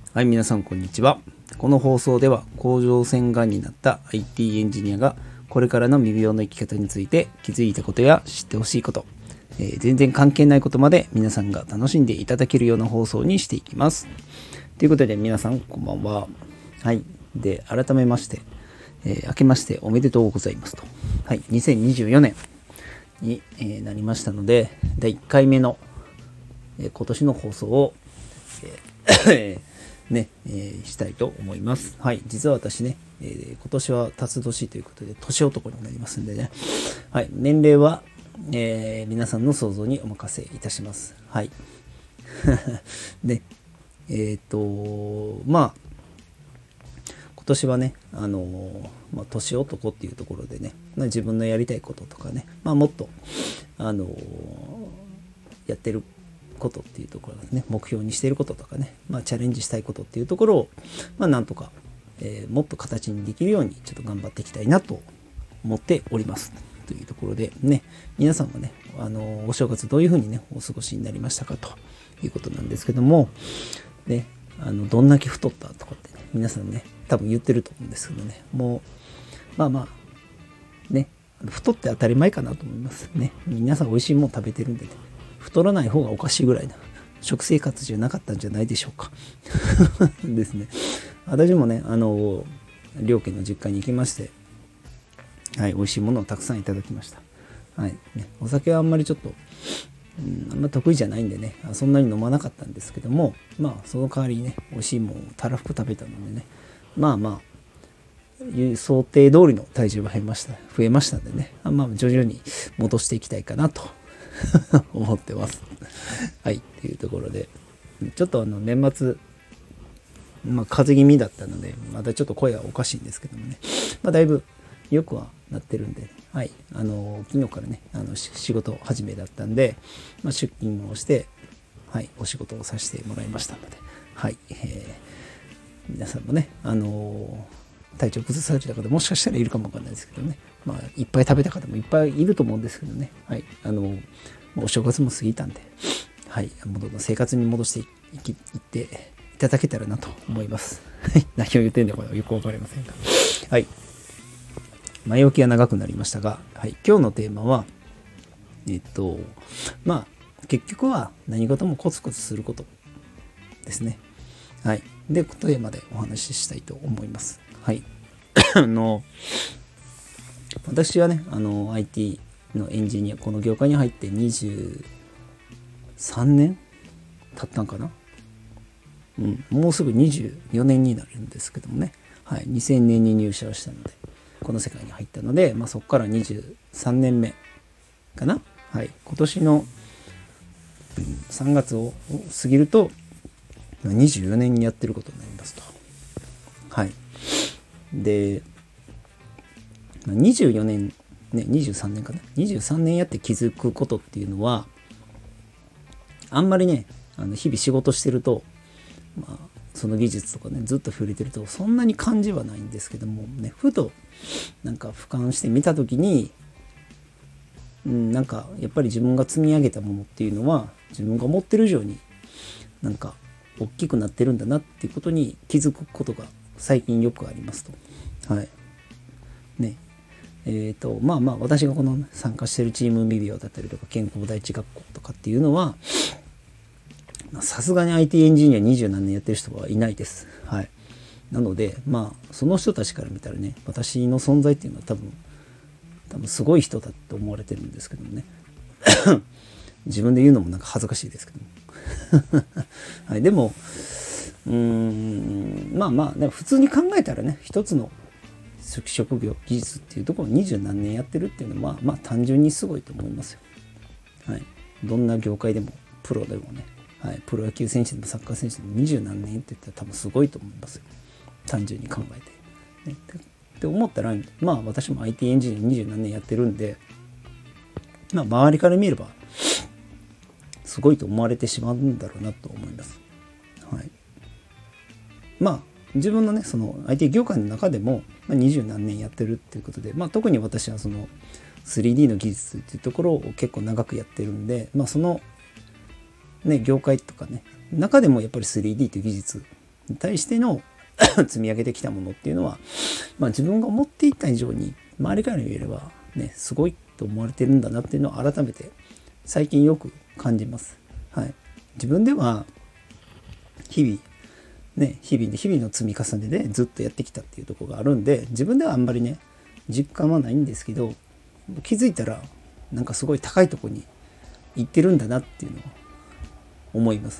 はい、皆さんこんにちは。この放送では甲状腺がんになった IT エンジニアがこれからの未病の生き方について気づいたことや知ってほしいこと、全然関係ないことまで皆さんが楽しんでいただけるような放送にしていきます。ということで皆さんこんばんは。はい。で、改めまして、明けましておめでとうございますと。はい、2024年に、なりましたので、第1回目の、今年の放送を、したいと思います。はい、実は私ね、今年は辰年ということで年男になりますんでね、はい、年齢は、皆さんの想像にお任せいたします。はい。で、今年はね、年男っていうところでね、自分のやりたいこととかね、もっと、やってることっていうところですね、目標にしていることとかね、チャレンジしたいことっていうところを、なんとか、もっと形にできるようにちょっと頑張っていきたいなと思っておりますというところでね、皆さんはね、お正月どういうふうにねお過ごしになりましたかということなんですけどもね、どんだけ太ったとかってね、皆さんね多分言ってると思うんですけどね、もうね、太って当たり前かなと思いますね。皆さん美味しいもの食べてるんでね、太らない方がおかしいぐらいな食生活じゃなかったんじゃないでしょうかですね。私もね、両家の実家に行きまして、はい、美味しいものをたくさんいただきました。はいね、お酒はあんまりちょっと、あんま得意じゃないんでね、そんなに飲まなかったんですけども、その代わりにね、美味しいものをたらふく食べたのでね、想定通りの体重が増えましたんでね、徐々に戻していきたいかなと思ってます。はい、っていうところで、ちょっと年末、風邪気味だったので、またちょっと声はおかしいんですけどもね、だいぶ良くはなってるんで、はい、昨日からね、仕事始めだったんで、出勤をして、はい、お仕事をさせてもらいましたので、はい、皆さんもね、体調崩された方もしかしたらいるかもわかんないですけどね、いっぱい食べた方もいっぱいいると思うんですけどね、はい、お正月も過ぎたんで、はい、生活に戻していっていただけたらなと思います。何を言ってんだかよくわかりませんが、はい、前置きが長くなりましたが、はい、今日のテーマは結局は何事もコツコツすることですね。はい、でテーマでお話ししたいと思います。はい、私はね、IT のエンジニア、この業界に入って23年経ったんかな、もうすぐ24年になるんですけどもね、はい、2000年に入社したので、この世界に入ったので、そこから23年目かな、はい、今年の3月を過ぎると24年にやってることになりますと。はい。で、24年、ね、23年かな。23年やって気づくことっていうのは、あんまりね、日々仕事してると、その技術とかね、ずっと触れてると、そんなに感じはないんですけども、ね、ふと、俯瞰してみたときに、やっぱり自分が積み上げたものっていうのは、自分が思ってる以上に、大きくなってるんだなっていうことに気づくことが最近よくありますと。はい。ね。私がこの参加しているチーム未病だったりとか健康第一学校とかっていうのは、さすがに IT エンジニア20何年やってる人はいないです。はい。なので、その人たちから見たらね、私の存在っていうのは多分すごい人だって思われてるんですけどもね。自分で言うのも恥ずかしいですけども。はい、でも、普通に考えたらね、一つの職業、技術っていうところを20何年やってるっていうのは、単純にすごいと思いますよ。はい。どんな業界でも、プロでもね、はい、プロ野球選手でもサッカー選手でも20何年って言ったら多分すごいと思いますよ。単純に考えて。ね、って思ったら、私も IT エンジニア20何年やってるんで、周りから見れば、すごいと思われてしまうんだろうなと思います。はい。自分のね、その IT 業界の中でも、20何年やってるっていうことで、特に私はその 3D の技術っていうところを結構長くやってるんで、そのね、業界とかね、中でもやっぱり 3D という技術に対しての積み上げてきたものっていうのは、自分が思っていた以上に周りから言えればねすごいと思われてるんだなっていうのを改めて最近よく感じます。はい、自分では日々の積み重ねでずっとやってきたっていうところがあるんで、自分ではあんまりね実感はないんですけど、気づいたらなんかすごい高いところに行ってるんだなっていうのを思います。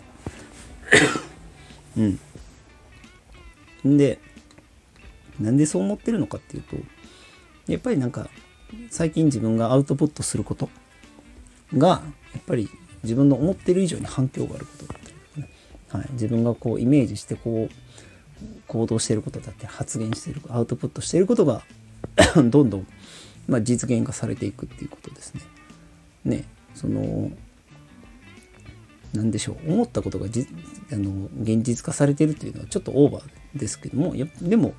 でなんでそう思ってるのかっていうと、やっぱりなんか最近自分がアウトプットすることがやっぱり自分の思ってる以上に反響があることだったりとかね、はい、自分がこうイメージしてこう行動していることだって発言しているアウトプットしていることがどんどん実現化されていくっていうことですね。なんでしょう、思ったことが現実化されているというのはちょっとオーバーですけども、でも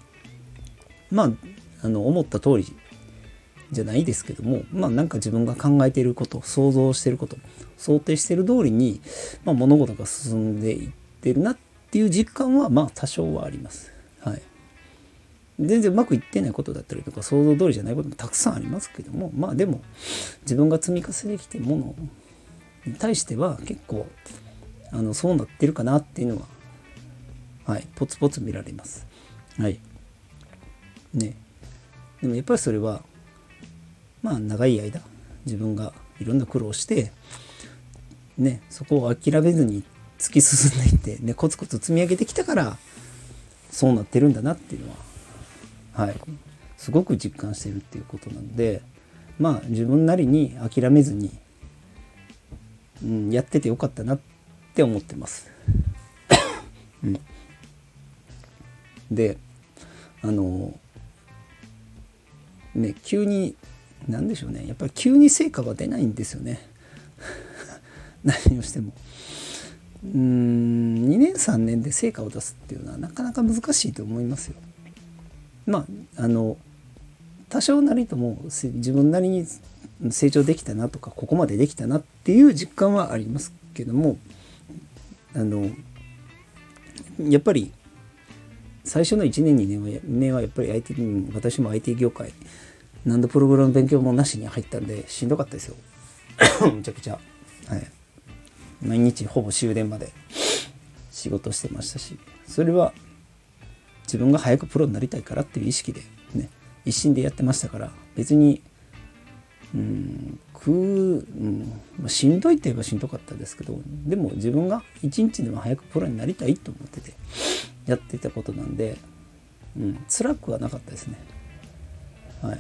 思った通りじゃないですけども、なんか自分が考えていること、想像していること、想定している通りに、物事が進んでいってるなっていう実感は多少はあります。はい。全然うまくいってないことだったりとか想像通りじゃないこともたくさんありますけども、でも自分が積み重ねてきてるものに対しては結構そうなってるかなっていうのは、はい、ポツポツ見られます。はいね。でもやっぱりそれは長い間自分がいろんな苦労をしてね、そこを諦めずに突き進んでいってね、コツコツ積み上げてきたからそうなってるんだなっていうのは、はい、すごく実感してるっていうことなので、自分なりに諦めずに、やっててよかったなって思ってます。で急に何でしょうね、やっぱり急に成果が出ないんですよね。何をしても2年3年で成果を出すっていうのはなかなか難しいと思いますよ。多少なりとも自分なりに成長できたなとかここまでできたなっていう実感はありますけども、やっぱり最初の1年2年はやっぱり私も IT 業界何度プログラム勉強もなしに入ったんでしんどかったですよ。めちゃくちゃ、はい、毎日ほぼ終電まで仕事してましたし、それは自分が早くプロになりたいからっていう意識でね一心でやってましたから、別にしんどいといえばしんどかったですけど、でも自分が一日でも早くプロになりたいと思っててやってたことなんで、辛くはなかったですね。はい。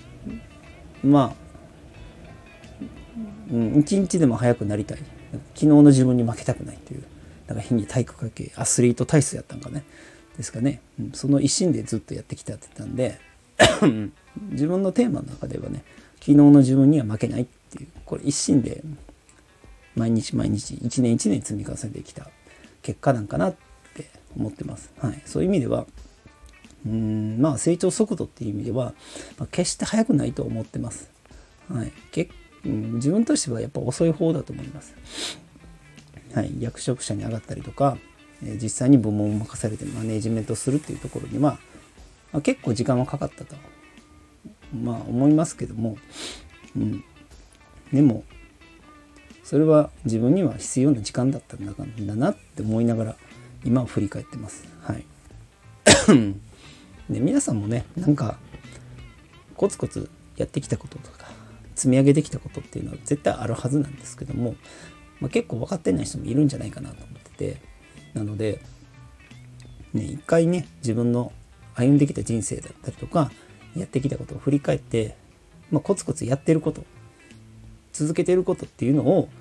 一日でも早くなりたい、昨日の自分に負けたくないという、日に体育会系アスリート体質やったんかねですかね、その一心でずっとやってきたって言ったんで自分のテーマの中ではね、昨日の自分には負けないっていう、これ一心で毎日一年一年積み重ねてきた結果なんかなって思ってます。はい、そういう意味では成長速度っていう意味では、決して速くないと思ってます。はい、自分としてはやっぱ遅い方だと思います。はい、役職者に上がったりとか、実際に部門を任されてマネージメントするっていうところには、結構時間はかかったと思いますけども、でもそれは自分には必要な時間だったんだなって思いながら今を振り返ってます。はい。で皆さんもね、なんかコツコツやってきたこととか積み上げてきたことっていうのは絶対あるはずなんですけども、結構分かってない人もいるんじゃないかなと思ってて、なので一回ね、自分の歩んできた人生だったりとかやってきたことを振り返って、コツコツやってること続けてることっていうのを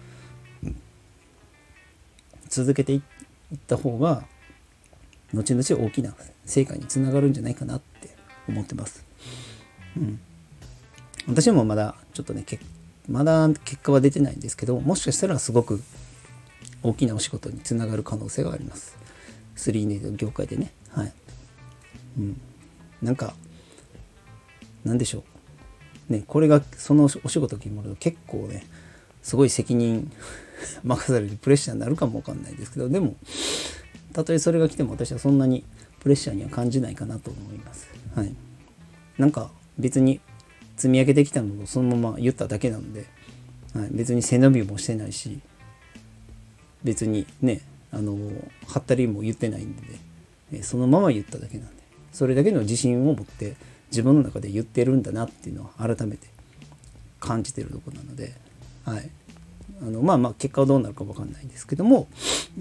続けていった方が後々大きな成果につながるんじゃないかなって思ってます。私もまだちょっとねまだ結果は出てないんですけど、もしかしたらすごく大きなお仕事につながる可能性があります。3D の業界でね。はい。なんでしょうね、これがそのお仕事決まると結構ねすごい責任任されるプレッシャーになるかもわかんないですけど、でもたとえそれが来ても私はそんなにプレッシャーには感じないかなと思います。はい。なんか別に積み上げてきたのをそのまま言っただけなので、はい、別に背伸びもしてないし、別にね、はったりも言ってないんで、そのまま言っただけなんで、それだけの自信を持って自分の中で言ってるんだなっていうのを改めて感じてるところなので、はい、まあ結果はどうなるか分かんないんですけども、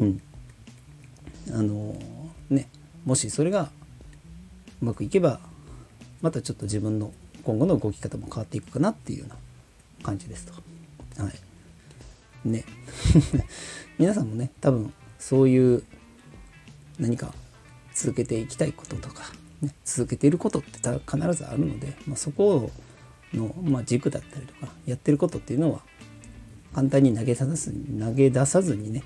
もしそれがうまくいけばまたちょっと自分の今後の動き方も変わっていくかなっていうような感じですと。はいね皆さんもね、多分そういう何か続けていきたいこととか、ね、続けていることって必ずあるので、そこの、軸だったりとかやってることっていうのは簡単に投げ出さずにね、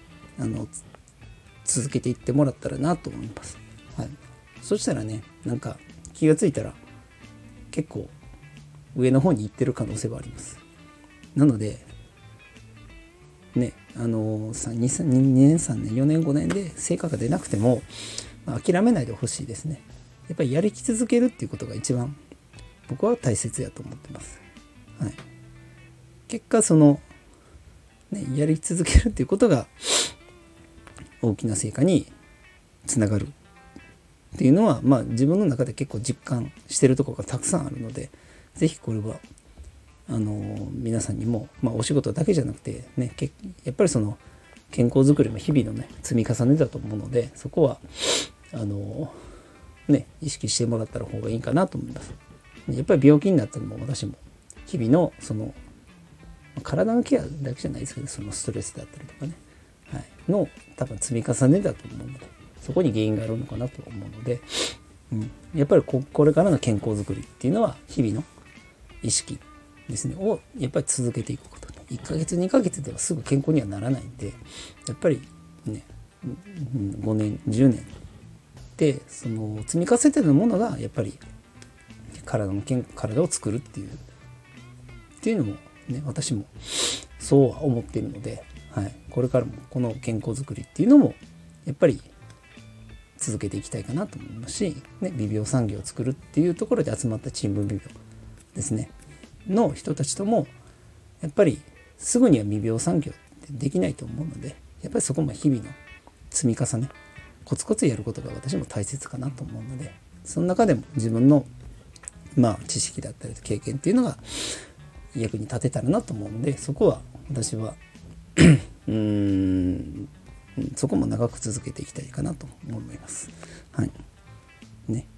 続けていってもらったらなと思います。はい、そしたらね、なんか気がついたら結構上の方に行ってる可能性はあります。なのでね、2年3年4年5年で成果が出なくても、諦めないでほしいですね。やっぱりやり続けるっていうことが一番僕は大切やと思ってます。はい、結果やり続けるっていうことが大きな成果につながるっていうのは、自分の中で結構実感してるところがたくさんあるので、ぜひこれは皆さんにも、お仕事だけじゃなくてね、やっぱり健康づくりも日々のね積み重ねだと思うので、そこは意識してもらった方がいいかなと思います。やっぱり病気になったのも私も日々の体のケアだけじゃないですけど、ストレスだったりとかね、はい、の多分積み重ねだと思うので、そこに原因があるのかなと思うので、やっぱりこれからの健康づくりっていうのは日々の意識ですねをやっぱり続けていくことで、1ヶ月2ヶ月ではすぐ健康にはならないんで、やっぱりね5年10年で積み重ねてるものがやっぱり体を作るっていうのもね、私もそうは思っているので、はい、これからもこの健康づくりっていうのもやっぱり続けていきたいかなと思いますし、美容産業を作るっていうところで集まったチーム美容ですねの人たちともやっぱりすぐには美容産業ってできないと思うので、やっぱりそこも日々の積み重ね、コツコツやることが私も大切かなと思うので、その中でも自分の知識だったり経験っていうのが役に立てたらなと思うので、そこは私はそこも長く続けていきたいかなと思います。はいね、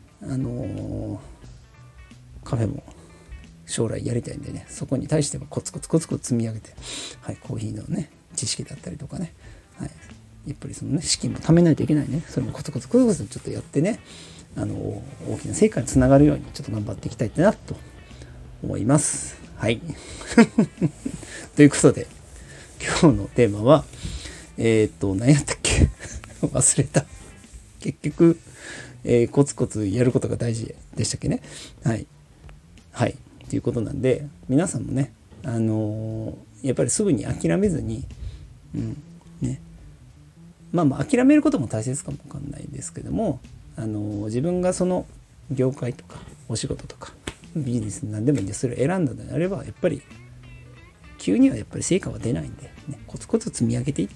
カフェも将来やりたいんでね、そこに対してはコツコツ積み上げて、はい、コーヒーのね知識だったりとかね、はい、やっぱり資金も貯めないといけないね、それもコツコツちょっとやってね、大きな成果につながるようにちょっと頑張っていきたいなと思います。はいということで今日のテーマは何やったっけ忘れた。結局、コツコツやることが大事でしたっけね。はいということなんで、皆さんもねやっぱりすぐに諦めずに、諦めることも大切かもわかんないですけども、自分がその業界とかお仕事とかビジネス何でもいいんで、それを選んだのであればやっぱり急にはやっぱり成果は出ないんで、コツコツ積み上げていって、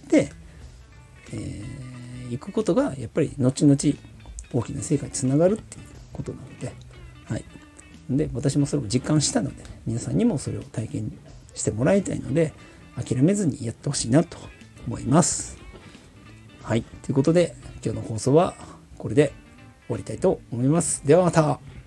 いくことがやっぱり後々大きな成果につながるっていうことなので、で私もそれを実感したので、皆さんにもそれを体験してもらいたいので、諦めずにやってほしいなと思います。ということで今日の放送はこれで終わりたいと思います。ではまた。